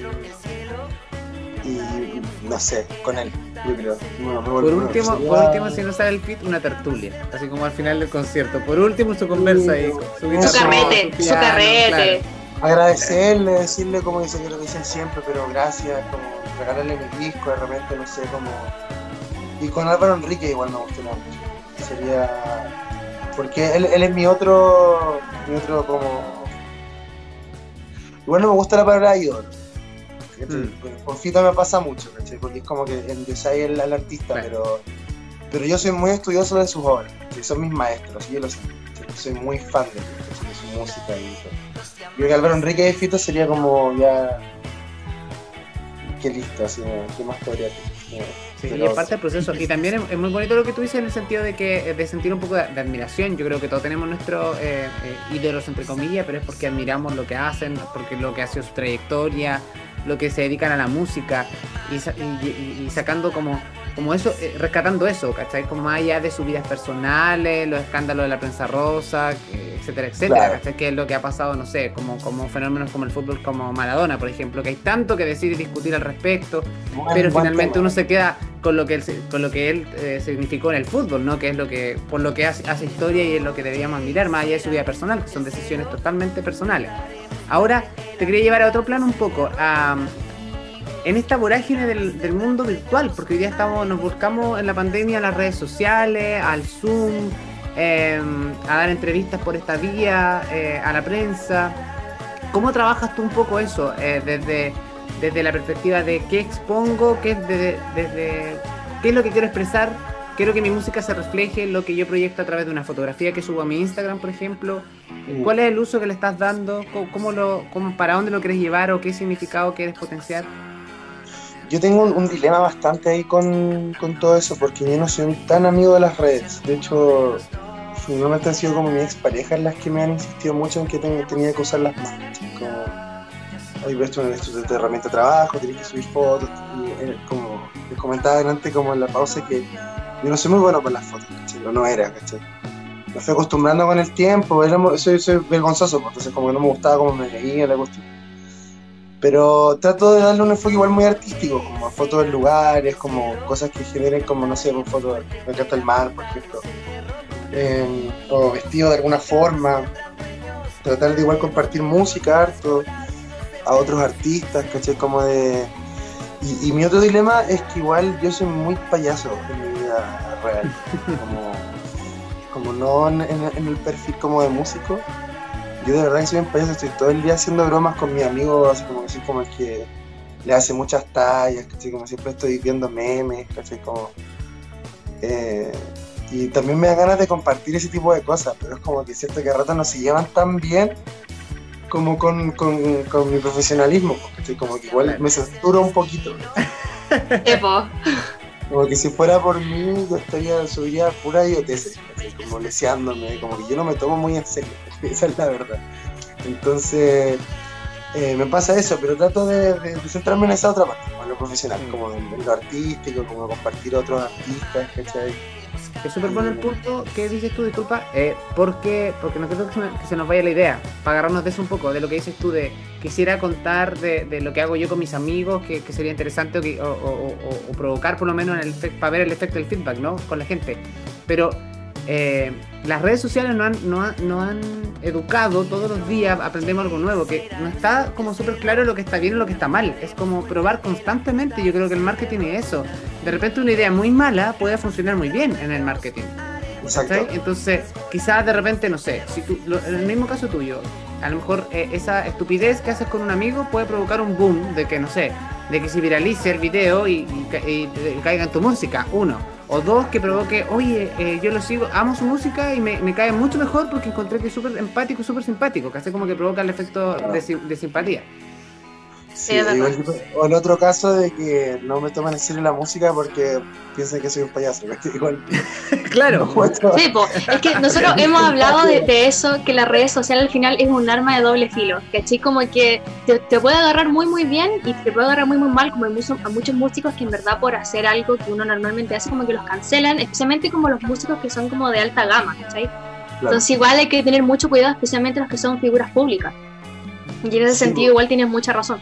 y no sé, con él, yo creo. Bueno, por, último, sería... por último, si no sale el fit, una tertulia, así como al final del concierto. Por último, su conversa ahí. Su, su carrete, su, su carrete. Claro. Agradecerle, decirle como dice que lo dicen siempre, pero gracias, como regalarle mi disco, de repente, no sé, como... Y con Álvaro Enrique igual me gustó mucho. Sería... Porque él, él es mi otro... Mi otro como... Igual no me gusta la palabra ídolo. Mm. Con Fito me pasa mucho, ¿cachai? Porque es como que endiosáis al, al artista, claro. pero pero yo soy muy estudioso de sus obras, que son mis maestros, y yo lo sé, soy muy fan de, de su música y eso. Yo creo que Álvaro Enrique y Fito sería como ya... Qué listo, así, ¿qué más podría hacer? Sí, y es parte del proceso, y también es, es muy bonito lo que tú dices en el sentido de que de sentir un poco de, de admiración. Yo creo que todos tenemos nuestros eh, eh, ídolos entre comillas, pero es porque admiramos lo que hacen, porque lo que ha sido su trayectoria, lo que se dedican a la música y, y, y sacando como, como eso, eh, rescatando eso, ¿cachai? Como más allá de sus vidas personales, los escándalos de la prensa rosa, etcétera, etcétera, claro. ¿Cachai? Que es lo que ha pasado, no sé, como, como fenómenos como el fútbol, como Maradona, por ejemplo, que hay tanto que decir y discutir al respecto, bueno, pero finalmente uno se queda con lo que él, con lo que él eh, significó en el fútbol, ¿no? Que es lo que, por lo que hace, hace historia y es lo que deberíamos admirar, más allá de su vida personal, que son decisiones totalmente personales. Ahora te quería llevar a otro plano un poco, a, en esta vorágine del, del mundo virtual, porque hoy día estamos, nos buscamos en la pandemia a las redes sociales, al Zoom, eh, a dar entrevistas por esta vía, eh, a la prensa. ¿Cómo trabajas tú un poco eso, eh, desde, desde la perspectiva de qué expongo, qué es, de, desde, qué es lo que quiero expresar? Quiero que mi música se refleje en lo que yo proyecto a través de una fotografía que subo a mi Instagram, por ejemplo. ¿Cuál es el uso que le estás dando? ¿Cómo, cómo lo, cómo, ¿Para dónde lo quieres llevar o qué significado quieres potenciar? Yo tengo un, un dilema bastante ahí con, con todo eso, porque yo no soy un tan amigo de las redes. De hecho, finalmente han sido como mis exparejas las que me han insistido mucho en que tengo, tenía que usarlas más. Como, hoy ves tú en esto de herramienta de trabajo, tienes que subir fotos. Y, eh, como les comentaba delante, como en la pausa, que yo no soy muy bueno con las fotos, ¿cachai? O no era, ¿cachai? Me fui acostumbrando con el tiempo, era, soy, soy vergonzoso, entonces como que no me gustaba cómo me veía la cuestión. Pero trato de darle un enfoque igual muy artístico, como fotos de lugares, como cosas que generen como, no sé, con fotos, me encanta el mar, por ejemplo, eh, o vestido de alguna forma, tratar de igual compartir música harto a otros artistas, ¿cachai? Como de... Y, y mi otro dilema es que igual yo soy muy payaso en mi vida real, como, como no en, en el perfil como de músico. Yo de verdad que soy un payaso, estoy todo el día haciendo bromas con mis amigos, así como que soy como el que le hace muchas tallas, ¿cachai? Como siempre estoy viendo memes, ¿cachai? Como, eh, y también me da ganas de compartir ese tipo de cosas, pero es como que es cierto que a ratos no se llevan tan bien como con, con, con mi profesionalismo, ¿cachai? Como que igual me censuro un poquito. Epo. Como que si fuera por mí, yo estaría, subiría pura idiotez, como leseándome, como que yo no me tomo muy en serio, esa es la verdad. Entonces, eh, me pasa eso, pero trato de, de, de centrarme en esa otra parte, en lo profesional, como en, en lo artístico, como compartir a otros artistas, ¿cachai? Es súper bueno el punto que dices tú, disculpa, eh, porque, porque no creo que se, me, que se nos vaya la idea, para agarrarnos de eso un poco, de lo que dices tú, de quisiera contar de, de lo que hago yo con mis amigos, que, que sería interesante o, que, o, o, o, o provocar por lo menos en el, para ver el efecto del feedback, ¿no? Con la gente. Pero eh, las redes sociales no han, no, han, no han educado, todos los días aprendemos algo nuevo, que no está como súper claro lo que está bien o lo que está mal, es como probar constantemente. Yo creo que el marketing es eso. De repente una idea muy mala puede funcionar muy bien en el marketing. Exacto. ¿Sí? Entonces, quizás de repente, no sé, si tú, lo, en el mismo caso tuyo, a lo mejor eh, esa estupidez que haces con un amigo puede provocar un boom de que, no sé, de que se viralice el video y, y, y, y caiga en tu música, uno. O dos, que provoque, oye, eh, yo lo sigo, amo su música y me, me cae mucho mejor porque encontré que es súper empático y súper simpático, que hace como que provoca el efecto de, de simpatía. Sí, igual, o el otro caso de que no me toman en serio la música porque piensan que soy un payaso. Igual. Claro. No, sí, po. Es que nosotros hemos hablado de, de eso, que las redes sociales al final es un arma de doble filo, ¿cachai? Como que te, te puede agarrar muy muy bien y te puede agarrar muy muy mal, como hay mucho, a muchos músicos que en verdad por hacer algo que uno normalmente hace como que los cancelan, especialmente como los músicos que son como de alta gama, ¿cachai? Claro. Entonces igual hay que tener mucho cuidado, especialmente los que son figuras públicas. Y en ese sí, sentido igual tienes mucha razón.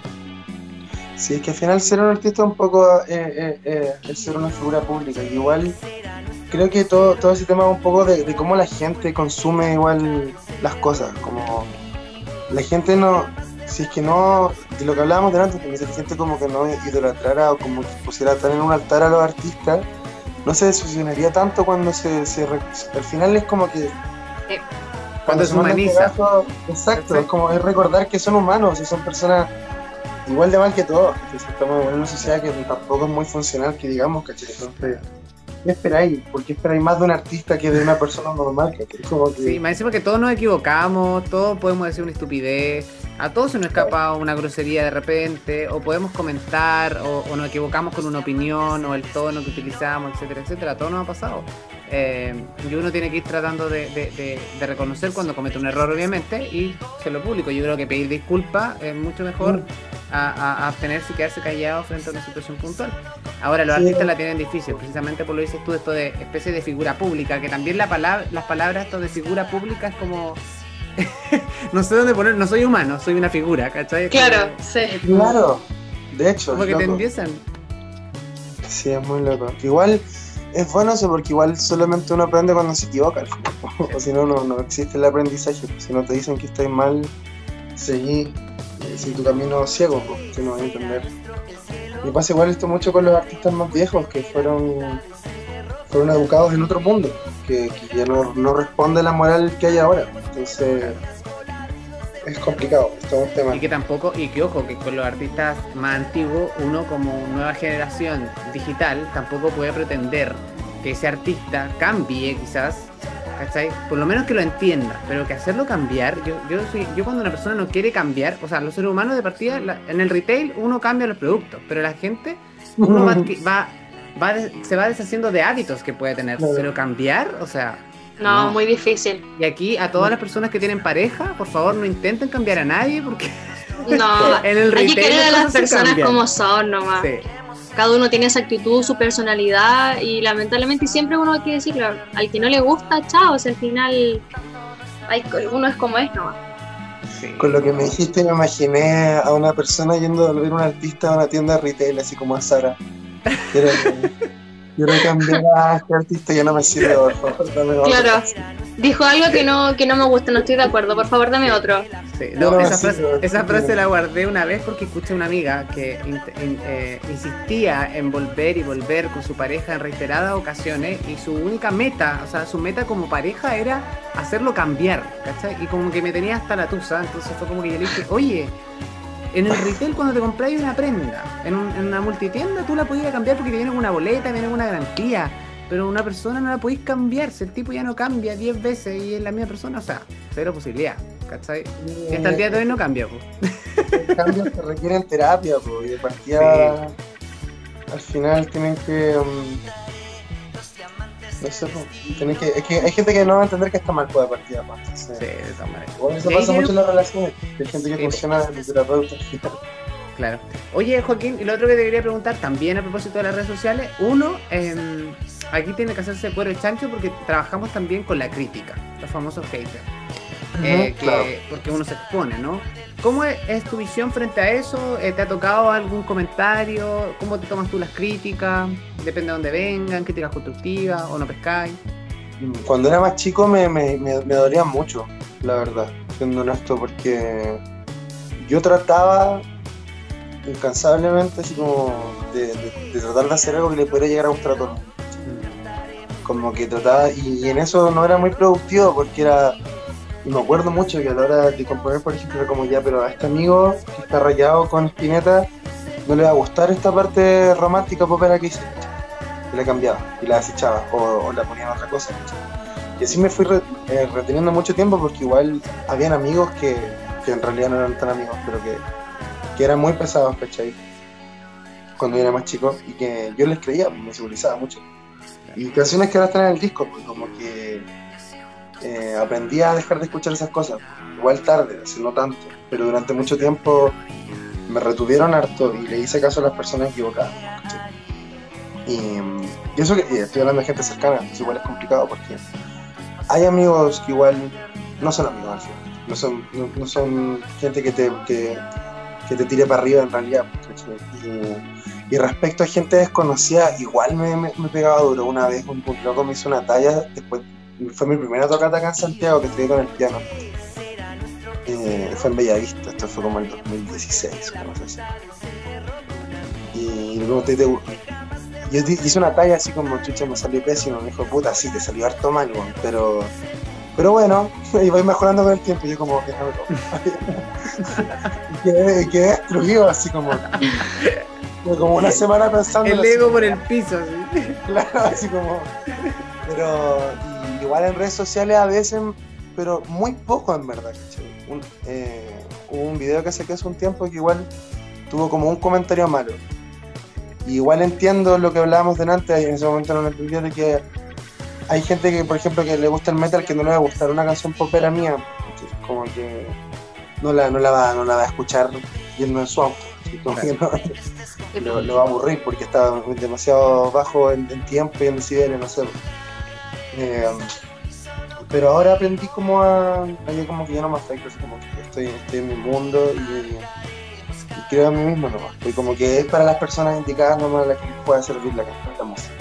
Sí, es que al final ser un artista un poco eh, eh, eh, es ser una figura pública. Y igual creo que todo, todo ese tema es un poco de, de cómo la gente consume igual las cosas. Como la gente no, si es que no, de lo que hablábamos delante, que la gente como que no idolatrara o como que pusiera tan en un altar a los artistas, no se decepcionaría tanto cuando se, se al final es como que eh, cuando se humaniza. Exacto, exacto, es como es recordar que son humanos y son personas igual de mal que todos, que estamos en una sociedad que tampoco es muy funcional, que digamos, ¿cachai? Entonces, ¿qué esperáis? ¿Por qué esperáis más de un artista que de una persona normal? ¿Cachai? Como que... Sí, me decimos que todos nos equivocamos, todos podemos decir una estupidez, a todos se nos escapa una grosería de repente, o podemos comentar, o, o nos equivocamos con una opinión, o el tono que utilizamos, etcétera, etcétera, todo nos ha pasado. Eh, y uno tiene que ir tratando de, de, de, de reconocer cuando comete un error, obviamente, y se lo publico. Yo creo que pedir disculpas es mucho mejor mm. a, a, a abstenerse y quedarse callado frente a una situación puntual. Ahora, los sí. artistas la tienen difícil, precisamente por lo dices tú, esto de especie de figura pública, que también la palabra, las palabras esto de figura pública es como... no sé dónde poner, no soy humano, soy una figura, ¿cachai? Claro, como, sí. Claro, de hecho. Como que loco. Te empiezan. Sí, es muy loco. Igual... Es bueno eso porque igual solamente uno aprende cuando se equivoca, o si no, no existe el aprendizaje. Si no te dicen que estás mal, seguí eh, sin tu camino ciego, pues, que no vas a entender. Y pasa igual esto mucho con los artistas más viejos que fueron fueron educados en otro mundo, que, que ya no, no responde a la moral que hay ahora. Entonces es complicado, es todo un tema. Y que tampoco, y que ojo, que con los artistas más antiguos, uno como nueva generación digital tampoco puede pretender que ese artista cambie quizás, ¿cachai? Por lo menos que lo entienda, pero que hacerlo cambiar, yo, yo, soy, yo cuando una persona no quiere cambiar, o sea, los seres humanos de partida, la, en el retail uno cambia los productos, pero la gente, uno va, va, va de, se va deshaciendo de hábitos que puede tener, claro. Pero cambiar, o sea... No, no, muy difícil. Y aquí a todas las personas que tienen pareja, por favor no intenten cambiar a nadie porque no, en el retail hay que querer a las personas como son nomás. Sí. Cada uno tiene esa actitud, su personalidad y lamentablemente siempre uno hay que decirlo, al que no le gusta, chao, o sea, al final hay, uno es como es nomás. Sí. Con lo que me dijiste me imaginé a una persona yendo a ver a un artista a una tienda de retail así como a Zara. Quiero, quiero cambiar a este artista, ya no me sirve, por favor, dame otro. Claro, dijo algo que no, que no me gusta, no estoy de acuerdo, por favor dame otro. Sí, no, no esa, frase, esa frase la guardé una vez porque escuché a una amiga que in, in, eh, insistía en volver y volver con su pareja en reiteradas ocasiones y su única meta, o sea, su meta como pareja era hacerlo cambiar, ¿cachai? Y como que me tenía hasta la tusa, entonces fue como que yo le dije, oye, en el retail cuando te compráis una prenda, en, un, en una multitienda tú la podías cambiar porque te viene con una boleta, viene con una garantía, pero una persona no la podéis cambiar, si el tipo ya no cambia diez veces y es la misma persona, o sea, cero posibilidad. ¿cachai? Y hasta el día de hoy no cambia, pues. Los cambios que requieren terapia, pues, y de partida sí. Al final tienen que... Um, no sé, pues, tienen que, es que hay gente que no va a entender que está mal, pues, de partida, pues. Sí, sí, de esa manera. Bueno, eso pasa mucho en las relaciones, hay gente que sí, funciona de terapeuta. Claro. Oye, Joaquín, y lo otro que te quería preguntar, también a propósito de las redes sociales, uno, eh, aquí tiene que hacerse cuero el chancho porque trabajamos también con la crítica, los famosos haters. Uh-huh, eh, que, claro. Porque uno se expone, ¿no? ¿Cómo es, es tu visión frente a eso? Eh, ¿Te ha tocado algún comentario? ¿Cómo te tomas tú las críticas? Depende de dónde vengan, críticas constructivas o no pescáis. Cuando era más chico me, me, me, me dolía mucho, la verdad, siendo honesto, porque yo trataba incansablemente así como de, de, de tratar de hacer algo que le pudiera llegar a gustar a todo el mundo. Como que trataba, y, y en eso no era muy productivo porque era, y me acuerdo mucho que a la hora de componer, por ejemplo, era como ya, pero a este amigo que está rayado con Spinetta no le va a gustar esta parte romántica popera que hice, y la cambiaba y la desechaba o, o la ponía en otra cosa. Y así me fui re, eh, reteniendo mucho tiempo porque igual habían amigos que, que en realidad no eran tan amigos, pero que que eran muy pesados, ¿cachai? Cuando yo era más chico, y que yo les creía, me segurizaba mucho. Y canciones que ahora están en el disco, pues como que eh, aprendí a dejar de escuchar esas cosas, igual tarde, así no tanto, pero durante mucho tiempo me retuvieron harto y le hice caso a las personas equivocadas, ¿cachai? Y, y eso que y estoy hablando de gente cercana, eso igual es complicado porque hay amigos que igual no son amigos al final, no son, no, no son gente que te... Que, que te tire para arriba en realidad. Y, y respecto a gente desconocida, igual me, me, me pegaba duro. Una vez un, un loco me hizo una talla, después fue mi primera tocata acá en Santiago que estuve con el piano. Eh, fue en Bellavista, esto fue como el dos mil dieciséis, o no sé si. Y me pregunté, ¿te, yo hice una talla así como, chucha, me salió pésimo. Me dijo, puta, sí, te salió harto mal, bueno, pero... Pero bueno, y voy mejorando con el tiempo, y yo como que y quedé, quedé destruido, así como como una semana pensando el ego por el piso, ¿sí? Claro, así como pero y igual en redes sociales a veces, pero muy poco en verdad, un, eh, hubo un video que saqué hace un tiempo que igual tuvo como un comentario malo, y igual entiendo lo que hablábamos delante, y en ese momento no lo entendía, de que hay gente que, por ejemplo, que le gusta el metal que no le va a gustar una canción popera mía, como que no la, no la, va, no la va a escuchar yendo en su auto, como que no, lo, lo va a aburrir porque está demasiado bajo en, en tiempo y en decibeles, no sé. Eh, pero ahora aprendí como a, a como que ya no me afecta, así como que estoy, estoy en mi mundo y, y creo a mí mismo nomás, y como que es para las personas indicadas nomás a las que pueda servir la, la música.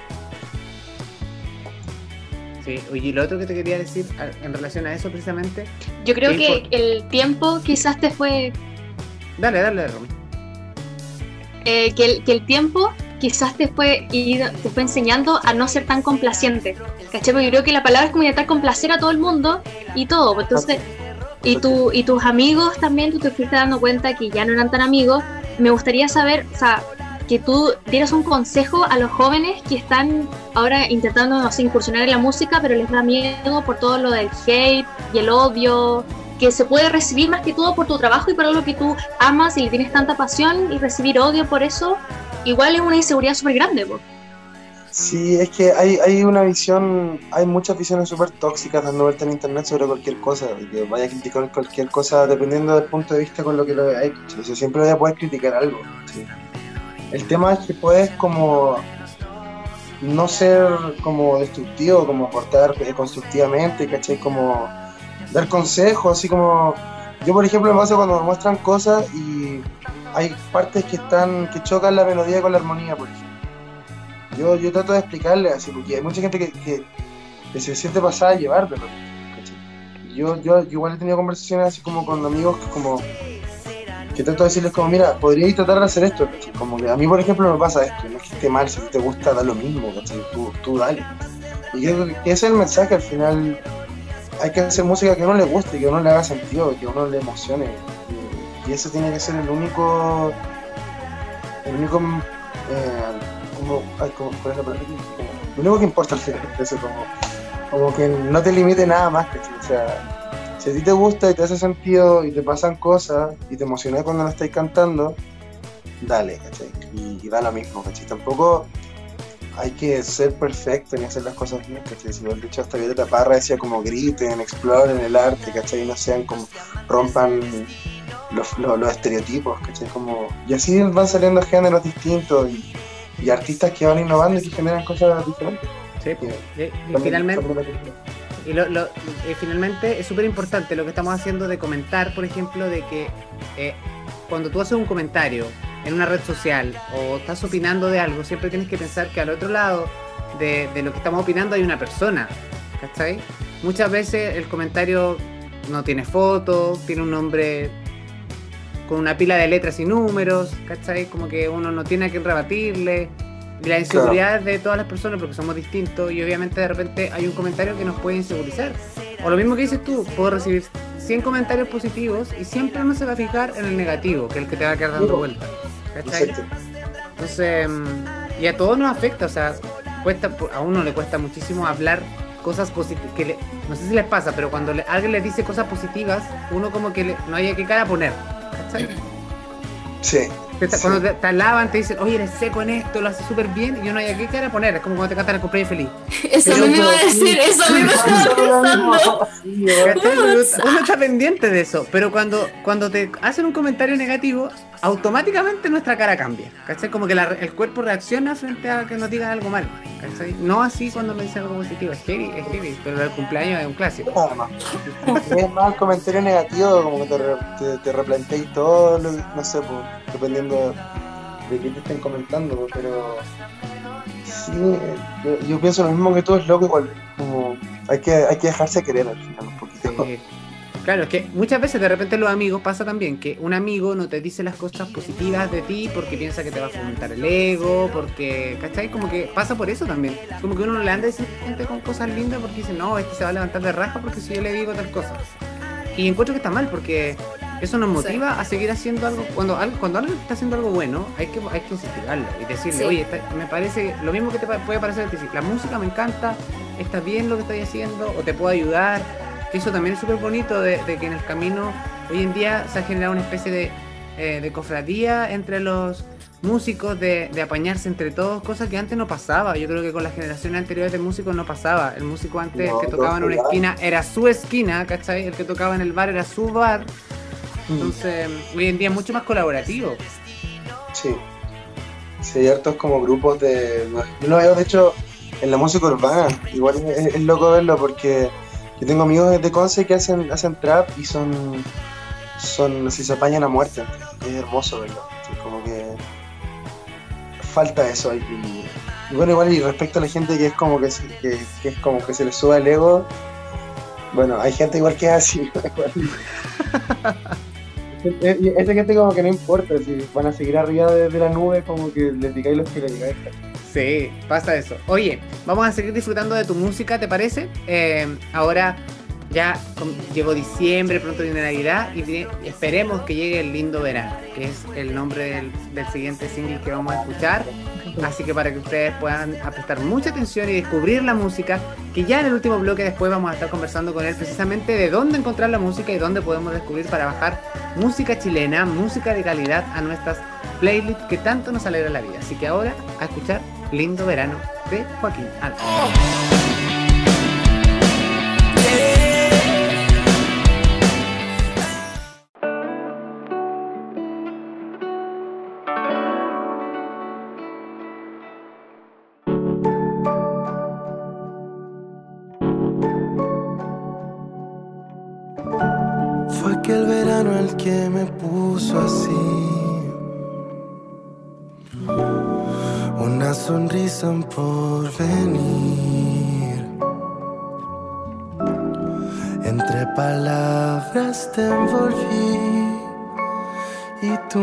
Sí, oye, y lo otro que te quería decir en relación a eso precisamente... Yo creo que info... el tiempo quizás te fue... Dale, dale, Romy. Eh, que, el, que el tiempo quizás te fue, te fue enseñando a no ser tan complaciente, ¿cachai? Porque yo creo que la palabra es como intentar complacer a todo el mundo y todo, entonces... Y, tu, y tus amigos también, tú te fuiste dando cuenta que ya no eran tan amigos. Me gustaría saber, o sea... que tú dieras un consejo a los jóvenes que están ahora intentando, no sé, incursionar en la música, pero les da miedo por todo lo del hate y el odio, que se puede recibir más que todo por tu trabajo y por lo que tú amas y le tienes tanta pasión, y recibir odio por eso, igual es una inseguridad súper grande, ¿no? Sí, es que hay, hay una visión, hay muchas visiones súper tóxicas dando vuelta en internet sobre cualquier cosa, y que vaya a criticar cualquier cosa dependiendo del punto de vista con lo que lo veáis. Yo siempre voy a poder criticar algo, ¿sí? El tema es que puedes como no ser como destructivo, como aportar constructivamente, ¿cachai? Como dar consejos, así como... Yo, por ejemplo, me pasa cuando me muestran cosas y hay partes que están que chocan la melodía con la armonía, por ejemplo. Yo, yo trato de explicarle así, porque hay mucha gente que, que, que se siente pasada a llevar, pero, ¿cachai? Yo, yo, yo igual he tenido conversaciones así como con amigos que como... que trato de decirles como, mira, podríais tratar de hacer esto, ¿cachai? Como que a mí, por ejemplo, me pasa esto, no es que esté mal, si te gusta, da lo mismo, ¿cachai? Tú, tú dale. Y creo que ese es el mensaje, al final hay que hacer música que a uno le guste, que a uno le haga sentido, que a uno le emocione. Y, y eso tiene que ser el único, el único, eh, como, ay, como, ¿cuál es la palabra? Lo único que importa al final, eso, como, como que no te limite nada más, ¿cachai? O sea, Si a ti te gusta y te hace sentido y te pasan cosas y te emocionas cuando lo estáis cantando, dale, ¿cachai? Y, y da lo mismo, ¿cachai? Tampoco hay que ser perfecto ni hacer las cosas bien, ¿cachai? Si de hecho hasta Violeta Parra decía como griten, exploren el arte, ¿cachai? Y no sean como, rompan los, los, los estereotipos, ¿cachai? Como, y así van saliendo géneros distintos y, y artistas que van innovando y que generan cosas diferentes. Sí, y, y, y finalmente, y lo, lo, y finalmente es súper importante lo que estamos haciendo de comentar, por ejemplo, de que eh, cuando tú haces un comentario en una red social o estás opinando de algo, siempre tienes que pensar que al otro lado de, de lo que estamos opinando hay una persona, ¿cachai? Muchas veces el comentario no tiene foto, tiene un nombre con una pila de letras y números, ¿cachai? Como que uno no tiene a quien rebatirle. Y la inseguridad claro. de todas las personas, porque somos distintos y obviamente de repente hay un comentario que nos puede insegurizar. O lo mismo que dices tú, puedo recibir cien comentarios positivos y siempre uno se va a fijar en el negativo, que es el que te va a quedar dando vueltas, ¿cachai? Entonces, y a todos nos afecta, o sea, cuesta, a uno le cuesta muchísimo hablar cosas positivas, que le, no sé si les pasa, pero cuando le, alguien les dice cosas positivas, uno como que le, no hay qué cara poner, ¿cachai? Sí. Te, sí. Cuando te, te alaban, te dicen, oye, eres seco en esto, lo haces súper bien, y uno hay qué cara poner, es como cuando te cantan el cumpleaños feliz. Eso pero, me iba a decir, eso me iba a decir. Uno está pendiente de eso, pero cuando, cuando te hacen un comentario negativo, automáticamente nuestra cara cambia, ¿cachai? Como que la, el cuerpo reacciona frente a que nos digan algo mal, ¿cachai? No así cuando me dicen algo positivo, es heavy, es heavy, pero el cumpleaños es un clásico. Nada más. Es más el comentario negativo, como que te, te, te replanteáis todo, lo, no sé, pues, dependiendo de qué te estén comentando, pero sí, yo, yo pienso lo mismo que tú, es loco igual, como hay que, hay que dejarse querer al final un poquito. Sí. Claro, es que muchas veces de repente los amigos pasa también que un amigo no te dice las cosas positivas de ti porque piensa que te va a fomentar el ego, porque, ¿cachai? Como que pasa por eso también. Como que uno no le anda a decir gente con cosas lindas porque dice, no, este se va a levantar de raja porque si yo le digo tal cosa. Y encuentro que está mal porque eso nos motiva sí. a seguir haciendo algo. Cuando, cuando alguien está haciendo algo bueno, hay que, hay que incentivarlo y decirle, sí. oye, está, me parece, lo mismo que te puede parecer, decir, la música me encanta, está bien lo que estoy haciendo, o te puedo ayudar. Eso también es súper bonito de, de que en el camino hoy en día se ha generado una especie de, eh, de cofradía entre los músicos, de, de apañarse entre todos, cosa que antes no pasaba. Yo creo que con las generaciones anteriores de músicos no pasaba. El músico antes, no, el que tocaba no, en una esquina era su esquina, ¿cachai? El que tocaba en el bar era su bar. Entonces, mm. hoy en día es mucho más colaborativo. Sí. Sí, hay hartos como grupos de... Yo lo veo, de hecho, en la música urbana. Igual es, es loco verlo porque... Yo tengo amigos de Conce que hacen, hacen trap y son, son, si se apañan a muerte. Es hermoso verlo. Es como que falta eso. Y, y bueno, igual y respecto a la gente que es como que, que, que es como que se le sube el ego, bueno, hay gente igual que es así. Esa gente como que no importa, si van a seguir arriba de, de la nube, como que les digáis los que les digáis. Sí, pasa eso. Oye, vamos a seguir disfrutando de tu música, ¿te parece? Eh, ahora ya con, llegó diciembre, pronto viene Navidad y, y esperemos que llegue el lindo verano, que es el nombre del, del siguiente single que vamos a escuchar. Así que para que ustedes puedan prestar mucha atención y descubrir la música, que ya en el último bloque después vamos a estar conversando con él precisamente de dónde encontrar la música y dónde podemos descubrir para bajar música chilena, música de calidad a nuestras playlists que tanto nos alegra la vida. Así que ahora a escuchar Lindo Verano de Joaquín Alba. Oh. Fue aquel verano el que me puso así. Una sonrisa por venir. Entre palabras te envolví y tu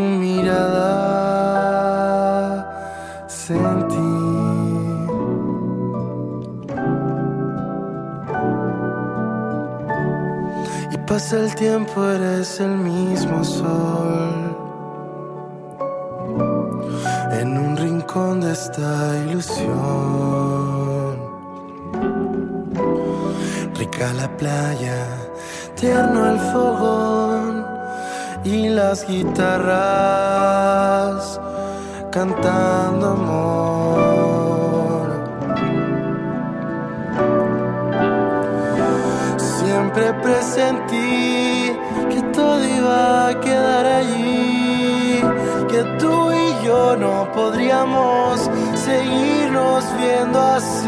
mirada sentí. Y pasa el tiempo, eres el mismo sol en un rincón de esta ilusión. rica la playa, tierno el fogón y las guitarras cantando amor. Siempre presentí que todo iba a quedar allí, que tú y yo no podríamos seguirnos viendo así.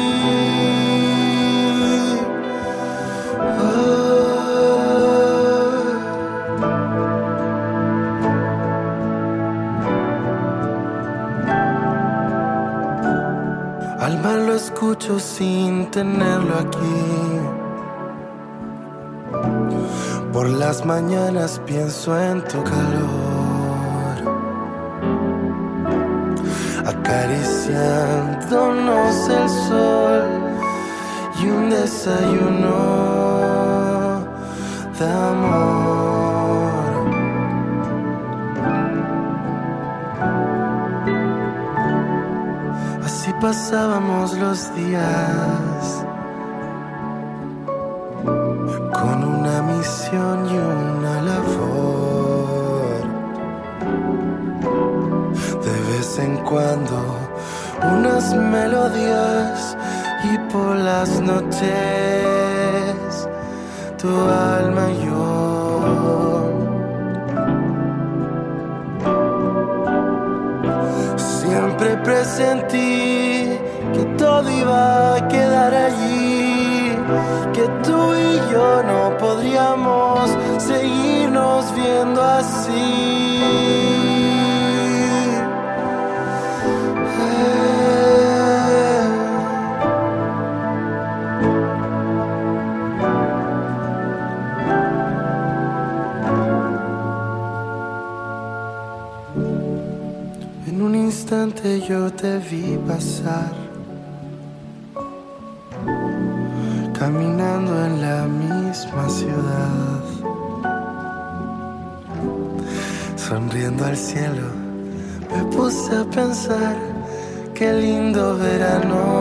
Al mar lo escucho sin tenerlo aquí. Por las mañanas pienso en tu calor, acariciándonos el sol y un desayuno de amor. Así pasábamos los días, con una misión y una labor. De vez en cuando unas melodías y por las noches tu alma y yo. Siempre presentí que todo iba a quedar allí, que tú y yo no podríamos seguirnos viendo así. En un instante yo te vi pasar, caminando en la misma ciudad, sonriendo al cielo, me puse a pensar qué lindo verano